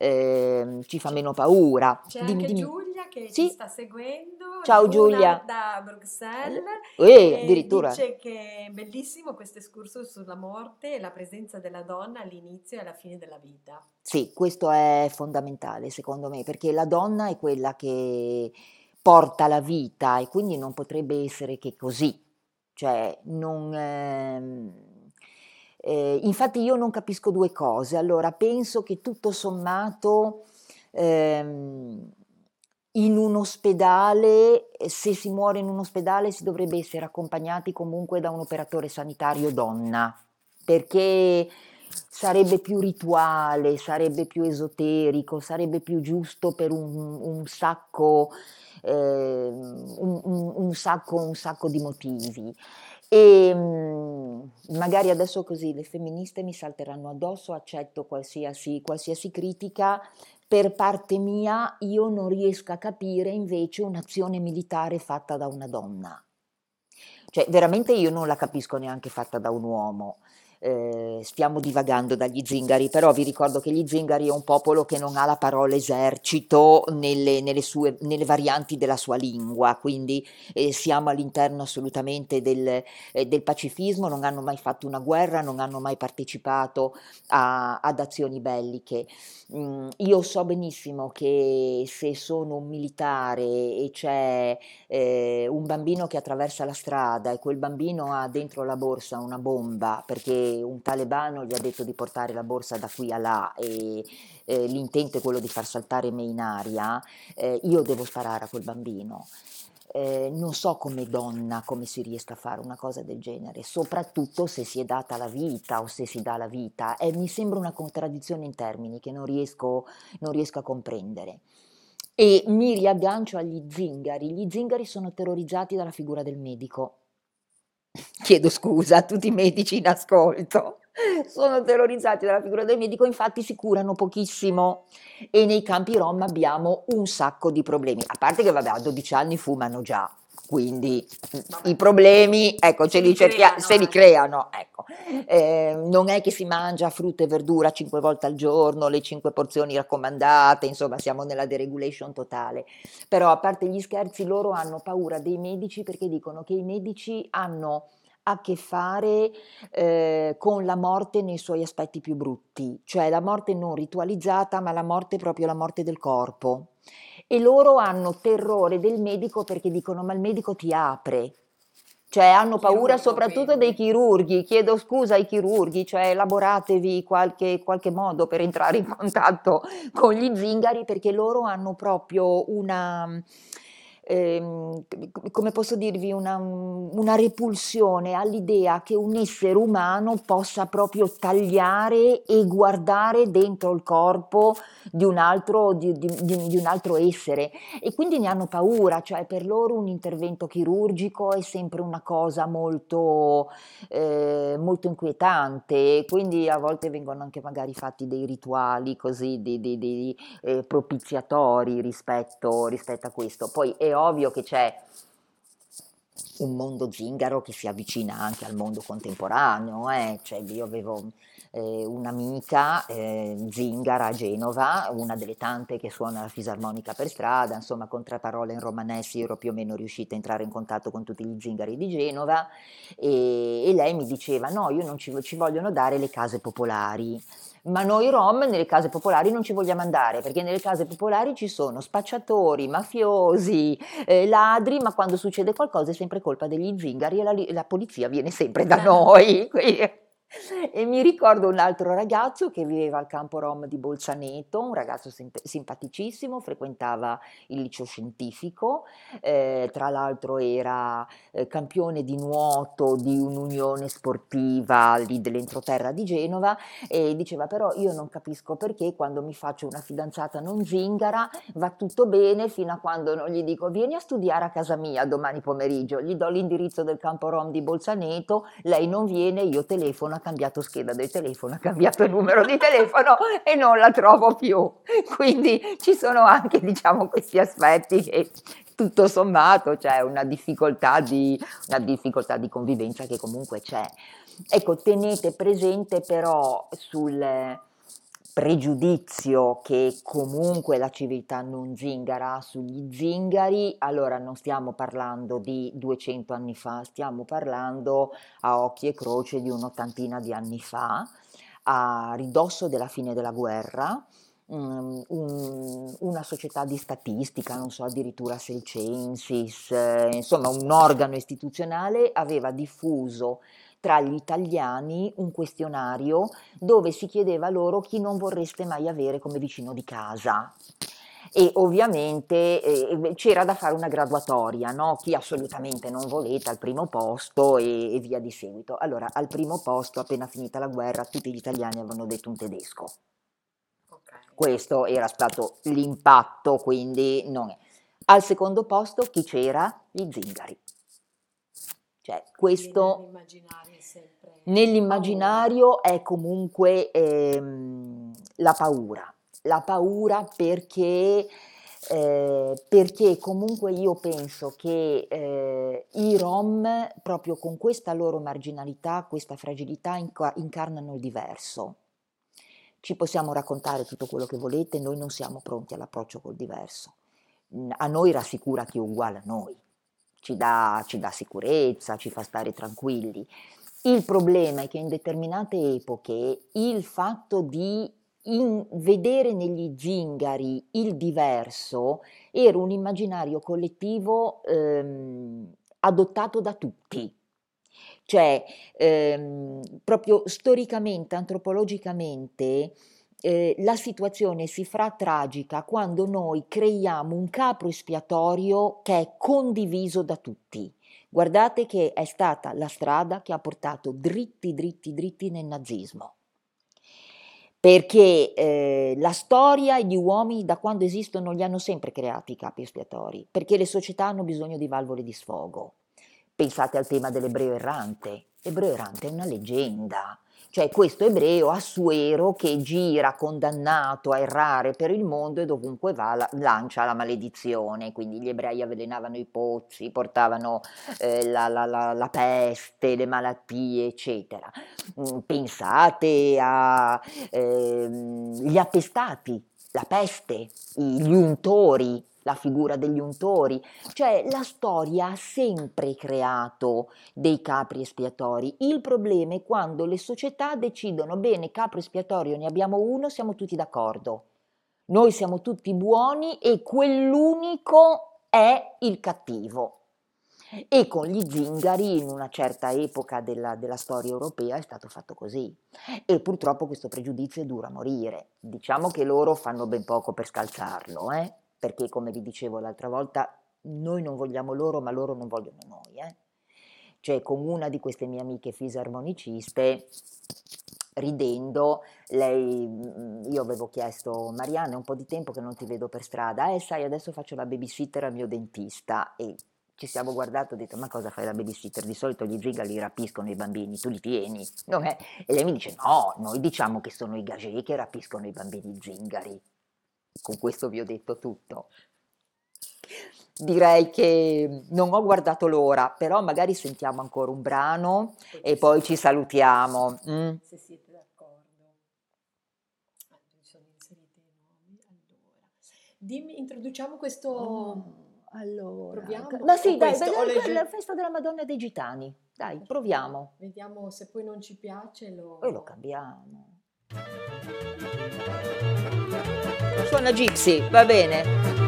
paura. C'è Dimmi, anche dimmi. Giulia che Sì? ci sta seguendo, Ciao Giulia. da Bruxelles, e Addirittura. dice che è bellissimo questo escursus sulla morte e la presenza della donna all'inizio e alla fine della vita. Sì, questo è fondamentale secondo me, perché la donna è quella che porta la vita, e quindi non potrebbe essere che così. Cioè, infatti io non capisco due cose. Allora, penso che tutto sommato in un ospedale, se si muore in un ospedale, si dovrebbe essere accompagnati comunque da un operatore sanitario donna, perché sarebbe più rituale, sarebbe più esoterico, sarebbe più giusto per un sacco, un sacco di motivi. E magari adesso così le femministe mi salteranno addosso, accetto qualsiasi critica. Per parte mia, io non riesco a capire invece un'azione militare fatta da una donna. Cioè, veramente io non la capisco neanche fatta da un uomo. Stiamo divagando dagli zingari, però vi ricordo che gli zingari è un popolo che non ha la parola esercito nelle varianti della sua lingua, quindi siamo all'interno assolutamente del pacifismo, non hanno mai fatto una guerra, non hanno mai partecipato ad azioni belliche. Io so benissimo che se sono un militare e c'è un bambino che attraversa la strada e quel bambino ha dentro la borsa una bomba perché un talebano gli ha detto di portare la borsa da qui a là e l'intento è quello di far saltare me in aria, io devo sparare a quel bambino. Non so come donna come si riesca a fare una cosa del genere, soprattutto se si è data la vita o se si dà la vita. Mi sembra una contraddizione in termini che non riesco a comprendere. E mi riaggancio agli zingari. Gli zingari sono terrorizzati dalla figura del medico. Chiedo scusa a tutti i medici in ascolto. Sono terrorizzati dalla figura del medico, infatti si curano pochissimo e nei campi rom abbiamo un sacco di problemi. A parte che vabbè, a 12 anni fumano già, quindi Vabbè, i problemi, ecco, se li creano se li anche. creano, ecco. Non è che si mangia frutta e verdura 5 volte al giorno, le 5 porzioni raccomandate, insomma siamo nella deregulation totale. Però a parte gli scherzi, loro hanno paura dei medici perché dicono che i medici hanno a che fare con la morte nei suoi aspetti più brutti, cioè la morte non ritualizzata, ma la morte proprio la morte del corpo. E loro hanno terrore del medico perché dicono: ma il medico ti apre. Cioè hanno paura Chirurgo, soprattutto dei quindi. chirurghi, chiedo scusa ai chirurghi, cioè elaboratevi qualche modo per entrare in contatto con gli zingari perché loro hanno proprio come posso dirvi, una repulsione all'idea che un essere umano possa proprio tagliare e guardare dentro il corpo di un altro essere e quindi ne hanno paura, cioè per loro un intervento chirurgico è sempre una cosa molto inquietante e quindi a volte vengono anche magari fatti dei rituali così propiziatori rispetto a questo. Poi è ovvio che c'è un mondo zingaro che si avvicina anche al mondo contemporaneo, cioè io avevo un'amica zingara a Genova, una delle tante che suona la fisarmonica per strada, insomma con 3 parole in romanessi ero più o meno riuscita a entrare in contatto con tutti gli zingari di Genova e lei mi diceva no, io non ci vogliono dare le case popolari. Ma noi rom nelle case popolari non ci vogliamo andare perché nelle case popolari ci sono spacciatori, mafiosi, ladri, ma quando succede qualcosa è sempre colpa degli zingari e la polizia viene sempre da noi. E mi ricordo un altro ragazzo che viveva al campo rom di Bolzaneto, un ragazzo simpaticissimo, frequentava il liceo scientifico, tra l'altro era campione di nuoto di un'unione sportiva lì dell'entroterra di Genova e diceva però io non capisco perché quando mi faccio una fidanzata non zingara va tutto bene fino a quando non gli dico vieni a studiare a casa mia domani pomeriggio, gli do l'indirizzo del campo rom di Bolzaneto, lei non viene, io telefono, ha cambiato scheda del telefono, ha cambiato numero di telefono e non la trovo più. Quindi ci sono anche diciamo questi aspetti che tutto sommato c'è una difficoltà di convivenza che comunque c'è. Ecco, tenete presente però sul pregiudizio che comunque la civiltà non zingara ha sugli zingari, allora non stiamo parlando di 200 anni fa, stiamo parlando a occhi e croce di un'ottantina di anni fa, a ridosso della fine della guerra, una società di statistica, non so, addirittura se il Censis, insomma un organo istituzionale aveva diffuso tra gli italiani un questionario dove si chiedeva loro chi non vorreste mai avere come vicino di casa. E ovviamente c'era da fare una graduatoria, no? Chi assolutamente non volete al primo posto e via di seguito. Allora, al primo posto, appena finita la guerra, tutti gli italiani avevano detto un tedesco. Ok. Questo era stato l'impatto, quindi non è. Al secondo posto chi c'era? Gli zingari. Cioè, Quindi questo nell'immaginario è sempre paura. nell'immaginario è comunque la paura. La paura perché comunque io penso che i Rom, proprio con questa loro marginalità, questa fragilità, incarnano il diverso. Ci possiamo raccontare tutto quello che volete, noi non siamo pronti all'approccio col diverso. A noi rassicura chi è uguale a noi, ci dà sicurezza, ci fa stare tranquilli. Il problema è che in determinate epoche il fatto di vedere negli zingari il diverso era un immaginario collettivo adottato da tutti. Cioè, proprio storicamente, antropologicamente, la situazione si fa tragica quando noi creiamo un capro espiatorio che è condiviso da tutti. Guardate che è stata la strada che ha portato dritti, dritti, dritti nel nazismo. Perché la storia e gli uomini da quando esistono li hanno sempre creati i capi espiatori, perché le società hanno bisogno di valvole di sfogo. Pensate al tema dell'ebreo errante. L'ebreo errante è una leggenda, cioè questo ebreo assuero che gira condannato a errare per il mondo e dovunque va lancia la maledizione, quindi gli ebrei avvelenavano i pozzi, portavano la peste, le malattie, eccetera. Pensate agli appestati, la peste, gli untori, la figura degli untori, cioè la storia ha sempre creato dei capri espiatori. Il problema è quando le società decidono, bene, capro espiatorio ne abbiamo uno, siamo tutti d'accordo, noi siamo tutti buoni e quell'unico è il cattivo. E con gli zingari in una certa epoca della storia europea è stato fatto così e purtroppo questo pregiudizio è duro a morire. Diciamo che loro fanno ben poco per scalzarlo, perché come vi dicevo l'altra volta noi non vogliamo loro ma loro non vogliono noi. Cioè con una di queste mie amiche fisarmoniciste ridendo, io avevo chiesto Marianna è un po' di tempo che non ti vedo per strada, sai adesso faccio la babysitter al mio dentista e ci siamo guardati, ho detto ma cosa fai la babysitter? Di solito gli zingari rapiscono i bambini, tu li tieni, non è? E lei mi dice no, noi diciamo che sono i gagé che rapiscono i bambini zingari. Con questo vi ho detto tutto. Direi che non ho guardato l'ora, però magari sentiamo ancora un brano e poi ci salutiamo. Se siete d'accordo. Mi sono inseriti i nomi. Allora, dimmi, introduciamo questo... Allora, proviamo? ma sì, dai, Questo, la festa della Madonna dei Gitani, dai, proviamo. Vediamo se poi non ci piace Poi lo cambiamo. Suona Gypsy, va bene.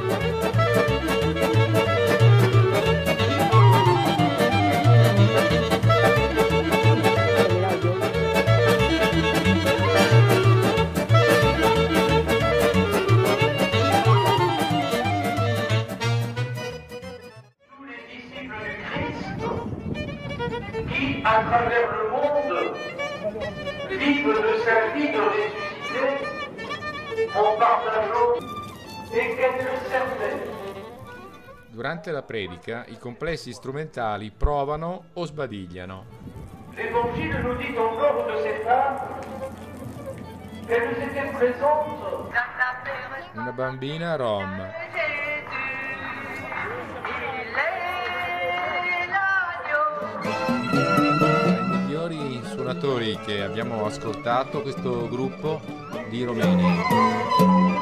À travers le monde, vivent de sa vie de ressuscité en partageant des quêtes certaines. Durante la predica i complessi strumentali provano o sbadigliano. L'Évangile nous dit encore de ces femmes qu'elles étaient présentes. Una bambina rom. I migliori suonatori che abbiamo ascoltato, questo gruppo di romeni.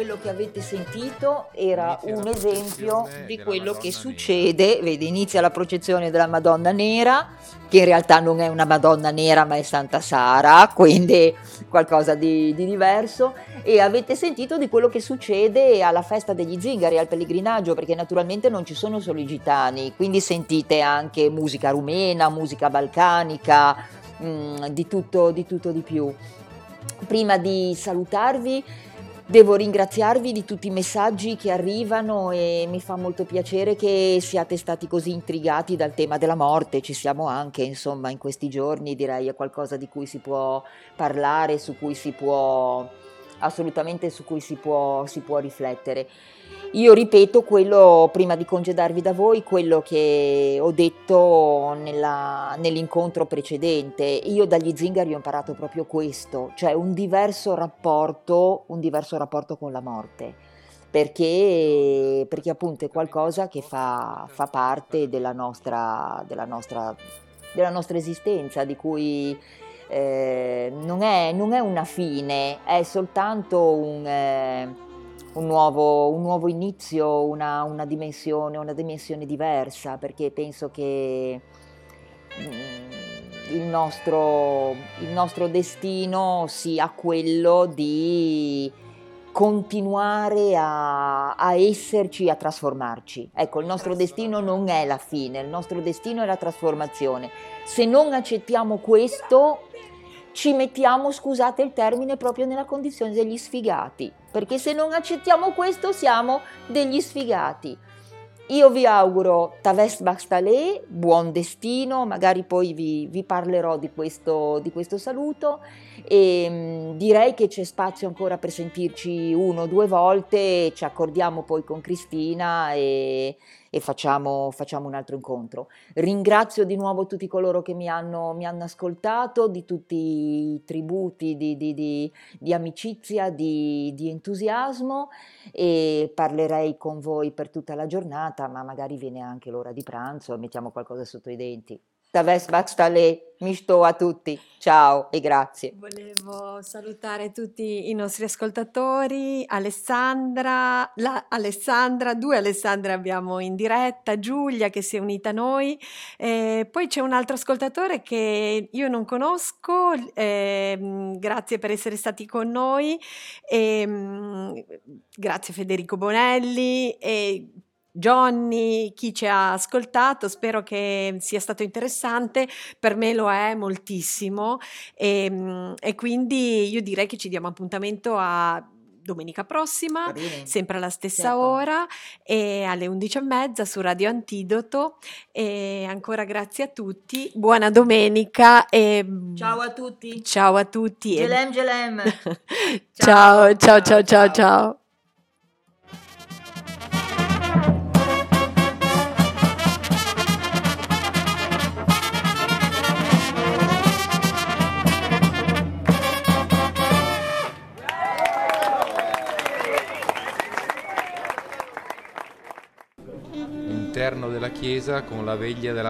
quello che avete sentito era Inizia un la esempio processione di della quello che Madonna succede, vedi, inizia la processione della Madonna Nera, che in realtà non è una Madonna Nera ma è Santa Sara, quindi qualcosa di diverso, e avete sentito di quello che succede alla festa degli zingari, al pellegrinaggio, perché naturalmente non ci sono solo i gitani, quindi sentite anche musica rumena, musica balcanica, di tutto di più. Prima di salutarvi, devo ringraziarvi di tutti i messaggi che arrivano e mi fa molto piacere che siate stati così intrigati dal tema della morte. Ci siamo anche, insomma, in questi giorni, direi è qualcosa di cui si può parlare, su cui si può assolutamente si può riflettere. Io ripeto quello, prima di congedarvi da voi, quello che ho detto nell'incontro precedente. Io dagli zingari ho imparato proprio questo, cioè un diverso rapporto con la morte, perché appunto è qualcosa che fa parte della nostra esistenza, di cui non è una fine, è soltanto un nuovo inizio, una dimensione diversa, perché penso che il nostro destino sia quello di continuare a esserci, a trasformarci. Ecco, il nostro destino non è la fine, il nostro destino è la trasformazione. Se non accettiamo questo, ci mettiamo, scusate il termine, proprio nella condizione degli sfigati, perché se non accettiamo questo siamo degli sfigati. Io vi auguro Tavest Baxtalè, buon destino, magari poi vi parlerò di questo saluto, e direi che c'è spazio ancora per sentirci 1 o 2 volte, ci accordiamo poi con Cristina e facciamo un altro incontro. Ringrazio di nuovo tutti coloro che mi hanno ascoltato, di tutti i tributi di amicizia, di entusiasmo, e parlerei con voi per tutta la giornata, ma magari viene anche l'ora di pranzo e mettiamo qualcosa sotto i denti. Tavest Baxtalè, mishto a tutti, ciao e grazie. Volevo salutare tutti i nostri ascoltatori, Alessandra, 2 Alessandre abbiamo in diretta, Giulia che si è unita a noi, poi c'è un altro ascoltatore che io non conosco, grazie per essere stati con noi, grazie Federico Bonelli e Johnny, chi ci ha ascoltato, spero che sia stato interessante, per me lo è moltissimo e quindi io direi che ci diamo appuntamento a domenica prossima, Va bene? sempre alla stessa Certo. ora e alle 11:30 su Radio Antidoto, e ancora grazie a tutti, buona domenica e Ciao a tutti. ciao a tutti e Gelem gelem. ciao ciao ciao ciao ciao. Interno della chiesa con la veglia della